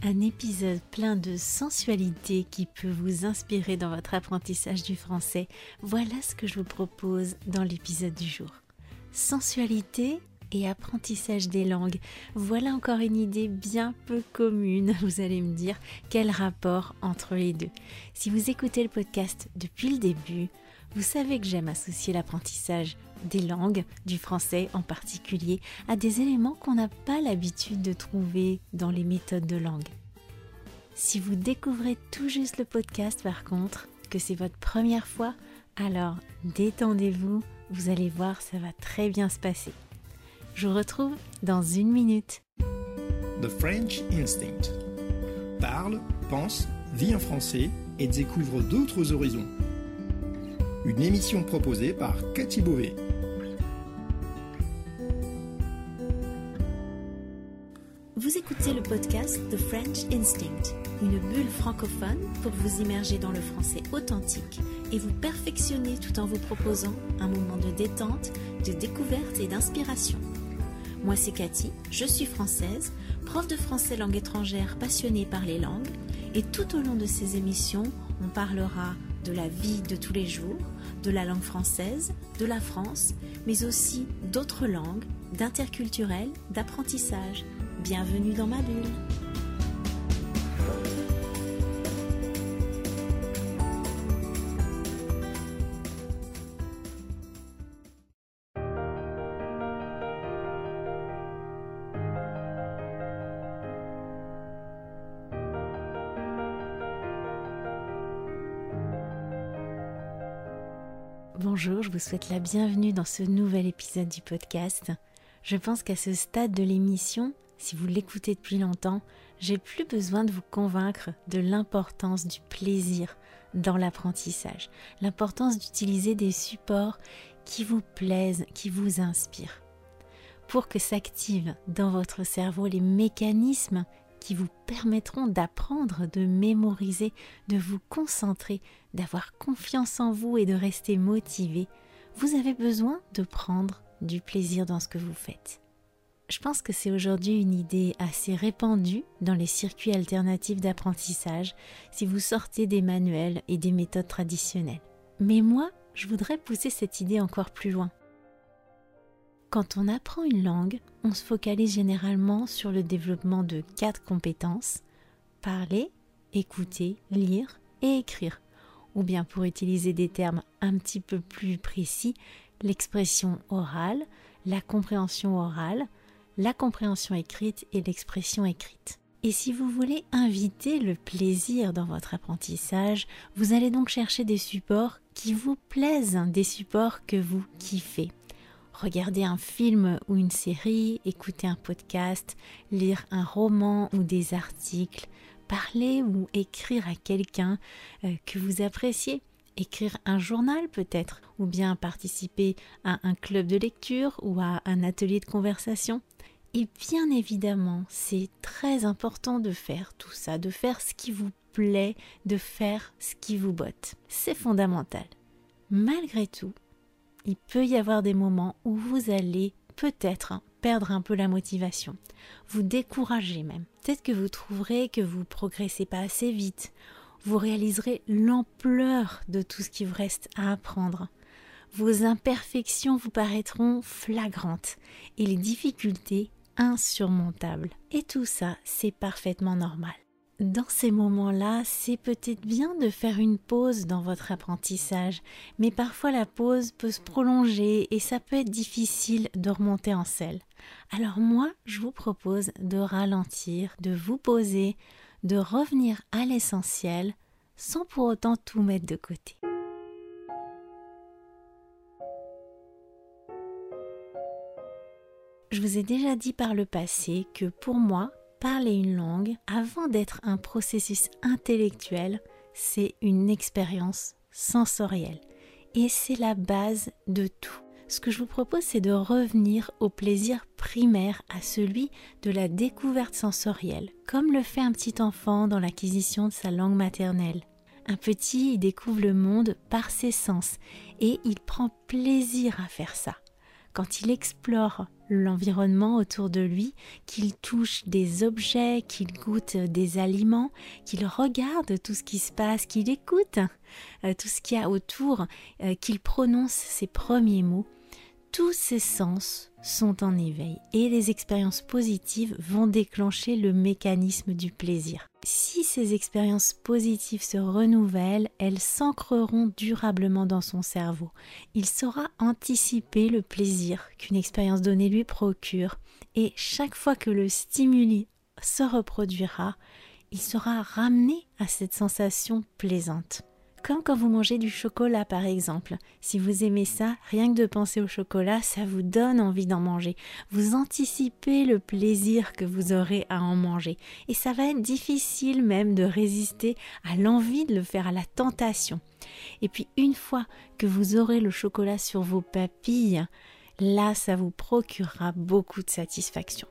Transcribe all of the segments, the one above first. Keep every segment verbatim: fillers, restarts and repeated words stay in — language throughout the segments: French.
Un épisode plein de sensualité qui peut vous inspirer dans votre apprentissage du français. Voilà ce que je vous propose dans l'épisode du jour. Sensualité et apprentissage des langues. Voilà encore une idée bien peu commune. Vous allez me dire quel rapport entre les deux. Si vous écoutez le podcast depuis le début, vous savez que j'aime associer l'apprentissage des langues, du français en particulier, à des éléments qu'on n'a pas l'habitude de trouver dans les méthodes de langue. Si vous découvrez tout juste le podcast par contre, que c'est votre première fois, alors détendez-vous, vous allez voir, ça va très bien se passer. Je vous retrouve dans une minute. The French Instinct. Parle, pense, vis en français et découvre d'autres horizons. Une émission proposée par Cathy Beauvais. Vous écoutez le podcast The French Instinct, une bulle francophone pour vous immerger dans le français authentique et vous perfectionner tout en vous proposant un moment de détente, de découverte et d'inspiration. Moi c'est Cathy, je suis française, prof de français langue étrangère passionnée par les langues et tout au long de ces émissions, on parlera de la vie de tous les jours, de la langue française, de la France, mais aussi d'autres langues, d'interculturel, d'apprentissage. Bienvenue dans ma bulle. Bonjour, je vous souhaite la bienvenue dans ce nouvel épisode du podcast. Je pense qu'à ce stade de l'émission, si vous l'écoutez depuis longtemps, j'ai plus besoin de vous convaincre de l'importance du plaisir dans l'apprentissage, l'importance d'utiliser des supports qui vous plaisent, qui vous inspirent. Pour que s'activent dans votre cerveau les mécanismes qui vous permettront d'apprendre, de mémoriser, de vous concentrer, d'avoir confiance en vous et de rester motivé, vous avez besoin de prendre du plaisir dans ce que vous faites. Je pense que c'est aujourd'hui une idée assez répandue dans les circuits alternatifs d'apprentissage si vous sortez des manuels et des méthodes traditionnelles. Mais moi, je voudrais pousser cette idée encore plus loin. Quand on apprend une langue, on se focalise généralement sur le développement de quatre compétences: parler, écouter, lire et écrire. Ou bien pour utiliser des termes un petit peu plus précis, l'expression orale, la compréhension orale, la compréhension écrite et l'expression écrite. Et si vous voulez inviter le plaisir dans votre apprentissage, vous allez donc chercher des supports qui vous plaisent, des supports que vous kiffez. Regarder un film ou une série, écouter un podcast, lire un roman ou des articles, parler ou écrire à quelqu'un euh, que vous appréciez, écrire un journal peut-être, ou bien participer à un club de lecture ou à un atelier de conversation. Et bien évidemment, c'est très important de faire tout ça, de faire ce qui vous plaît, de faire ce qui vous botte. C'est fondamental. Malgré tout, il peut y avoir des moments où vous allez peut-être perdre un peu la motivation, vous décourager même. Peut-être que vous trouverez que vous progressez pas assez vite, vous réaliserez l'ampleur de tout ce qui vous reste à apprendre. Vos imperfections vous paraîtront flagrantes et les difficultés insurmontables. Et tout ça, c'est parfaitement normal. Dans ces moments-là, c'est peut-être bien de faire une pause dans votre apprentissage, mais parfois la pause peut se prolonger et ça peut être difficile de remonter en selle. Alors moi, je vous propose de ralentir, de vous poser, de revenir à l'essentiel sans pour autant tout mettre de côté. Je vous ai déjà dit par le passé que pour moi, parler une langue, avant d'être un processus intellectuel, c'est une expérience sensorielle. Et c'est la base de tout. Ce que je vous propose, c'est de revenir au plaisir primaire, à celui de la découverte sensorielle, comme le fait un petit enfant dans l'acquisition de sa langue maternelle. Un petit, il découvre le monde par ses sens et il prend plaisir à faire ça. quand il explore l'environnement autour de lui, qu'il touche des objets, qu'il goûte des aliments, qu'il regarde tout ce qui se passe, qu'il écoute euh, tout ce qu'il y a autour, euh, qu'il prononce ses premiers mots, tous ces sens sont en éveil et les expériences positives vont déclencher le mécanisme du plaisir. Si ces expériences positives se renouvellent, elles s'ancreront durablement dans son cerveau. Il saura anticiper le plaisir qu'une expérience donnée lui procure et chaque fois que le stimuli se reproduira, il sera ramené à cette sensation plaisante. Comme quand vous mangez du chocolat par exemple. Si vous aimez ça, rien que de penser au chocolat, ça vous donne envie d'en manger. Vous anticipez le plaisir que vous aurez à en manger. Et ça va être difficile même de résister à l'envie de le faire, à la tentation. Et puis une fois que vous aurez le chocolat sur vos papilles, là ça vous procurera beaucoup de satisfaction.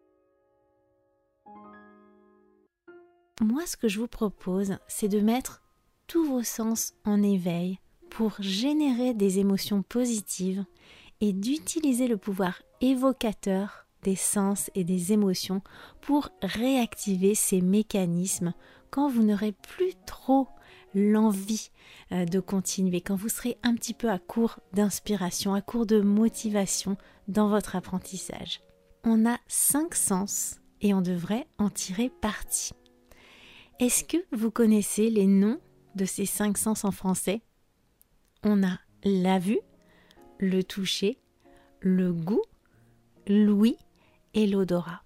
Moi, ce que je vous propose, c'est de mettre tous vos sens en éveil pour générer des émotions positives et d'utiliser le pouvoir évocateur des sens et des émotions pour réactiver ces mécanismes quand vous n'aurez plus trop l'envie de continuer, quand vous serez un petit peu à court d'inspiration, à court de motivation dans votre apprentissage. On a cinq sens et on devrait en tirer parti. Est-ce que vous connaissez les noms de ces cinq sens en français? On a la vue, le toucher, le goût, l'ouïe et l'odorat.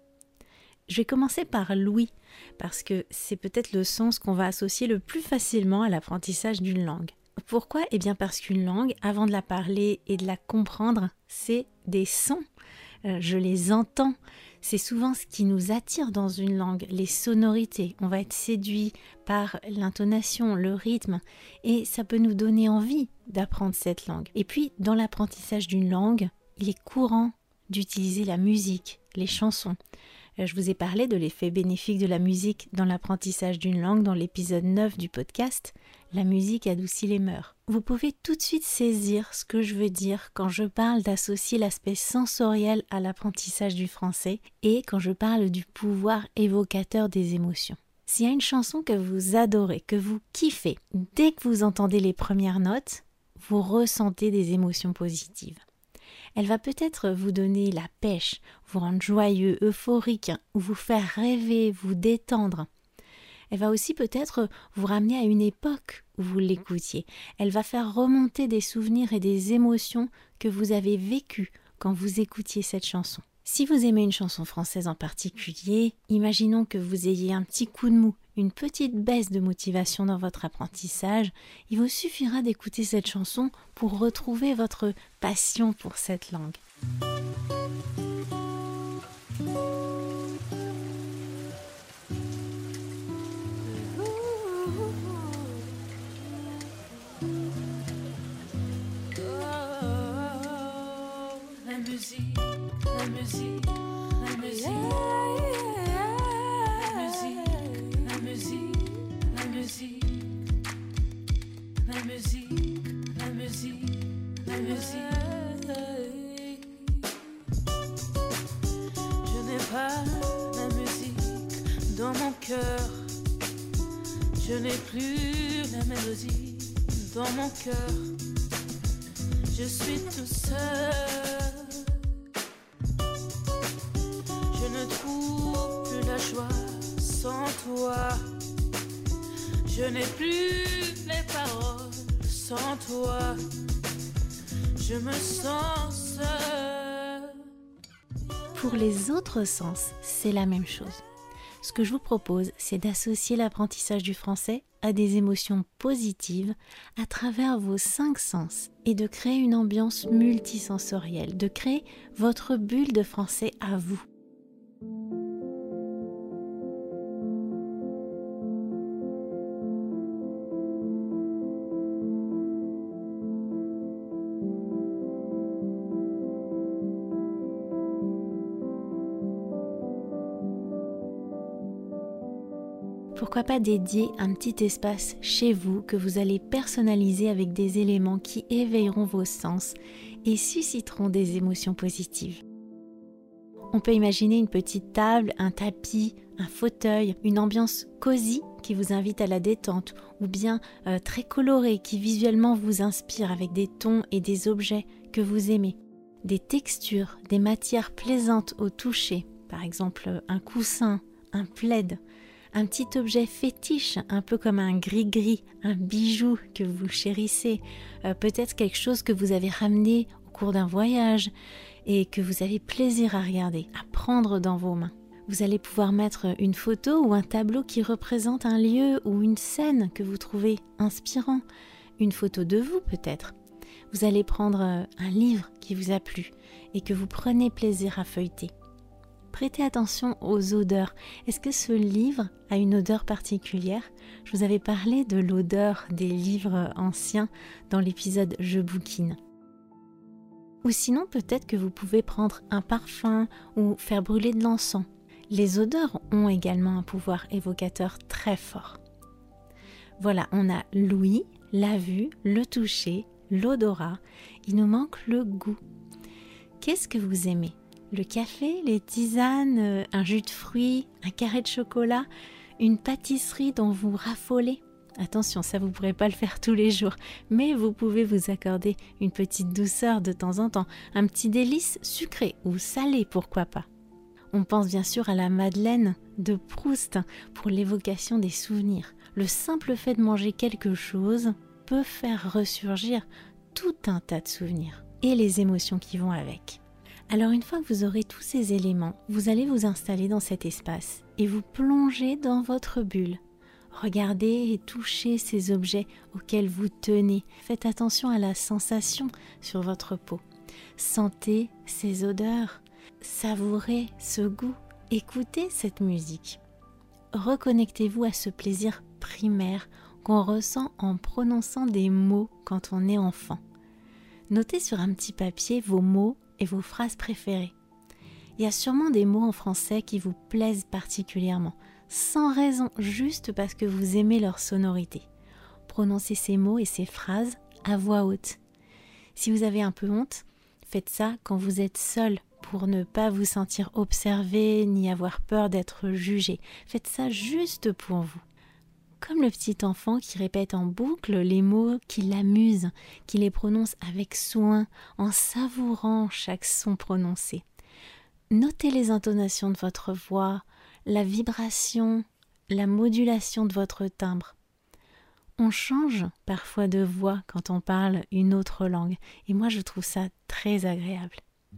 Je vais commencer par l'ouïe parce que c'est peut-être le sens qu'on va associer le plus facilement à l'apprentissage d'une langue. Pourquoi ? Eh bien parce qu'une langue, avant de la parler et de la comprendre, c'est des sons. Euh, je les entends. C'est souvent ce qui nous attire dans une langue, les sonorités. On va être séduit par l'intonation, le rythme, et ça peut nous donner envie d'apprendre cette langue. Et puis, dans l'apprentissage d'une langue, il est courant d'utiliser la musique, les chansons. Je vous ai parlé de l'effet bénéfique de la musique dans l'apprentissage d'une langue dans l'épisode neuf du podcast. La musique adoucit les mœurs. Vous pouvez tout de suite saisir ce que je veux dire quand je parle d'associer l'aspect sensoriel à l'apprentissage du français et quand je parle du pouvoir évocateur des émotions. S'il y a une chanson que vous adorez, que vous kiffez, dès que vous entendez les premières notes, vous ressentez des émotions positives. Elle va peut-être vous donner la pêche, vous rendre joyeux, euphorique, ou vous faire rêver, vous détendre. Elle va aussi peut-être vous ramener à une époque où vous l'écoutiez. Elle va faire remonter des souvenirs et des émotions que vous avez vécues quand vous écoutiez cette chanson. Si vous aimez une chanson française en particulier, imaginons que vous ayez un petit coup de mou, une petite baisse de motivation dans votre apprentissage, il vous suffira d'écouter cette chanson pour retrouver votre passion pour cette langue. La musique, la musique, la musique, la musique, la musique, la musique, la musique, la musique. Je n'ai pas la musique dans mon cœur. Je n'ai plus la mélodie dans mon cœur. Je suis tout seul. Je ne trouve plus la joie sans toi. Je n'ai plus les paroles sans toi. Je me sens seul. Pour les autres sens, c'est la même chose. Ce que je vous propose, c'est d'associer l'apprentissage du français à des émotions positives à travers vos cinq sens et de créer une ambiance multisensorielle, de créer votre bulle de français à vous. Pourquoi pas dédier un petit espace chez vous que vous allez personnaliser avec des éléments qui éveilleront vos sens et susciteront des émotions positives. On peut imaginer une petite table, un tapis, un fauteuil, une ambiance cosy qui vous invite à la détente ou bien euh, très colorée qui visuellement vous inspire avec des tons et des objets que vous aimez. Des textures, des matières plaisantes au toucher, par exemple un coussin, un plaid, un petit objet fétiche, un peu comme un gris-gris, un bijou que vous chérissez, euh, peut-être quelque chose que vous avez ramené au cours d'un voyage et que vous avez plaisir à regarder, à prendre dans vos mains. Vous allez pouvoir mettre une photo ou un tableau qui représente un lieu ou une scène que vous trouvez inspirant, une photo de vous peut-être. Vous allez prendre un livre qui vous a plu et que vous prenez plaisir à feuilleter. Prêtez attention aux odeurs. Est-ce que ce livre a une odeur particulière ? Je vous avais parlé de l'odeur des livres anciens dans l'épisode « Je bouquine ». Ou sinon, peut-être que vous pouvez prendre un parfum ou faire brûler de l'encens. Les odeurs ont également un pouvoir évocateur très fort. Voilà, on a l'ouïe, la vue, le toucher, l'odorat. Il nous manque le goût. Qu'est-ce que vous aimez ? Le café, les tisanes, un jus de fruits, un carré de chocolat, une pâtisserie dont vous raffolez. Attention, ça vous ne pourrez pas le faire tous les jours, mais vous pouvez vous accorder une petite douceur de temps en temps, un petit délice sucré ou salé, pourquoi pas. On pense bien sûr à la Madeleine de Proust pour l'évocation des souvenirs. Le simple fait de manger quelque chose peut faire ressurgir tout un tas de souvenirs et les émotions qui vont avec. Alors une fois que vous aurez tous ces éléments, vous allez vous installer dans cet espace et vous plonger dans votre bulle. Regardez et touchez ces objets auxquels vous tenez. Faites attention à la sensation sur votre peau. Sentez ces odeurs, savourez ce goût, écoutez cette musique. Reconnectez-vous à ce plaisir primaire qu'on ressent en prononçant des mots quand on est enfant. Notez sur un petit papier vos mots et vos phrases préférées. Il y a sûrement des mots en français qui vous plaisent particulièrement, sans raison, juste parce que vous aimez leur sonorité. Prononcez ces mots et ces phrases à voix haute. Si vous avez un peu honte, faites ça quand vous êtes seul pour ne pas vous sentir observé ni avoir peur d'être jugé. Faites ça juste pour vous. Comme le petit enfant qui répète en boucle les mots qui l'amusent, qui les prononce avec soin, en savourant chaque son prononcé. Notez les intonations de votre voix, la vibration, la modulation de votre timbre. On change parfois de voix quand on parle une autre langue, et moi je trouve ça très agréable.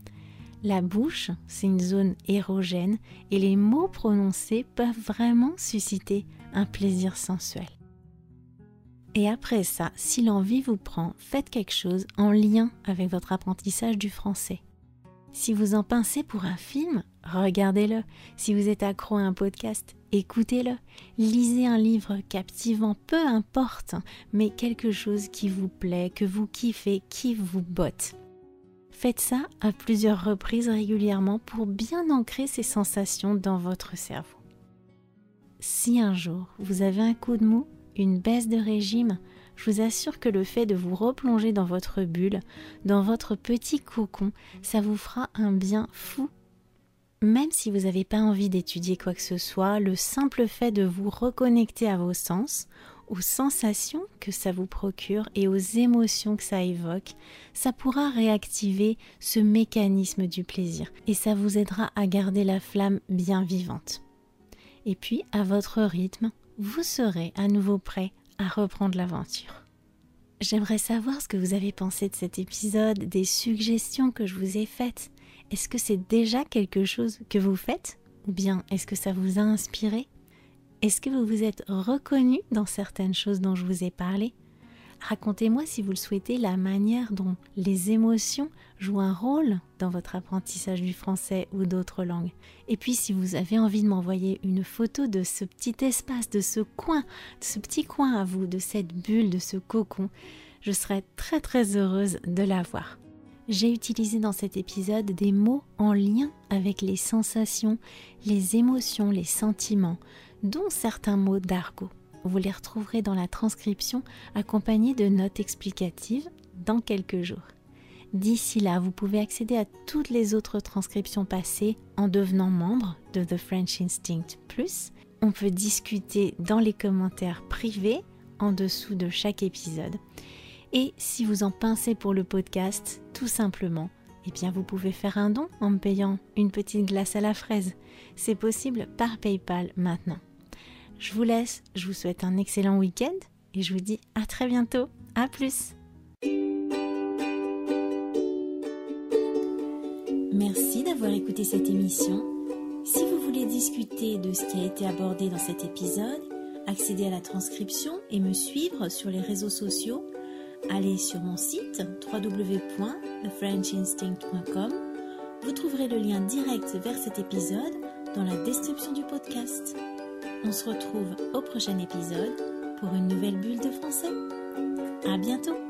La bouche, c'est une zone érogène et les mots prononcés peuvent vraiment susciter un plaisir sensuel. Et après ça, si l'envie vous prend, faites quelque chose en lien avec votre apprentissage du français. Si vous en pincez pour un film, regardez-le. Si vous êtes accro à un podcast, écoutez-le. Lisez un livre captivant, peu importe, mais quelque chose qui vous plaît, que vous kiffez, qui vous botte. Faites ça à plusieurs reprises régulièrement pour bien ancrer ces sensations dans votre cerveau. Si un jour vous avez un coup de mou, une baisse de régime, je vous assure que le fait de vous replonger dans votre bulle, dans votre petit cocon, ça vous fera un bien fou. Même si vous n'avez pas envie d'étudier quoi que ce soit, le simple fait de vous reconnecter à vos sens, aux sensations que ça vous procure et aux émotions que ça évoque, ça pourra réactiver ce mécanisme du plaisir et ça vous aidera à garder la flamme bien vivante. Et puis, à votre rythme, vous serez à nouveau prêt à reprendre l'aventure. J'aimerais savoir ce que vous avez pensé de cet épisode, des suggestions que je vous ai faites. Est-ce que c'est déjà quelque chose que vous faites? Ou bien est-ce que ça vous a inspiré? Est-ce que vous vous êtes reconnu dans certaines choses dont je vous ai parlé? Racontez-moi, si vous le souhaitez, la manière dont les émotions jouent un rôle dans votre apprentissage du français ou d'autres langues. Et puis, si vous avez envie de m'envoyer une photo de ce petit espace, de ce coin, de ce petit coin à vous, de cette bulle, de ce cocon, je serais très très heureuse de la voir. J'ai utilisé dans cet épisode des mots en lien avec les sensations, les émotions, les sentiments, dont certains mots d'argot. Vous les retrouverez dans la transcription accompagnée de notes explicatives dans quelques jours. D'ici là, vous pouvez accéder à toutes les autres transcriptions passées en devenant membre de The French Instinct Plus. On peut discuter dans les commentaires privés en dessous de chaque épisode. Et si vous en pincez pour le podcast, tout simplement, eh bien vous pouvez faire un don en me payant une petite glace à la fraise. C'est possible par PayPal maintenant. Je vous laisse, je vous souhaite un excellent week-end et je vous dis à très bientôt. À plus. Merci d'avoir écouté cette émission. Si vous voulez discuter de ce qui a été abordé dans cet épisode, accéder à la transcription et me suivre sur les réseaux sociaux, allez sur mon site w w w point the french instinct point com. Vous trouverez le lien direct vers cet épisode dans la description du podcast. On se retrouve au prochain épisode pour une nouvelle bulle de français. À bientôt!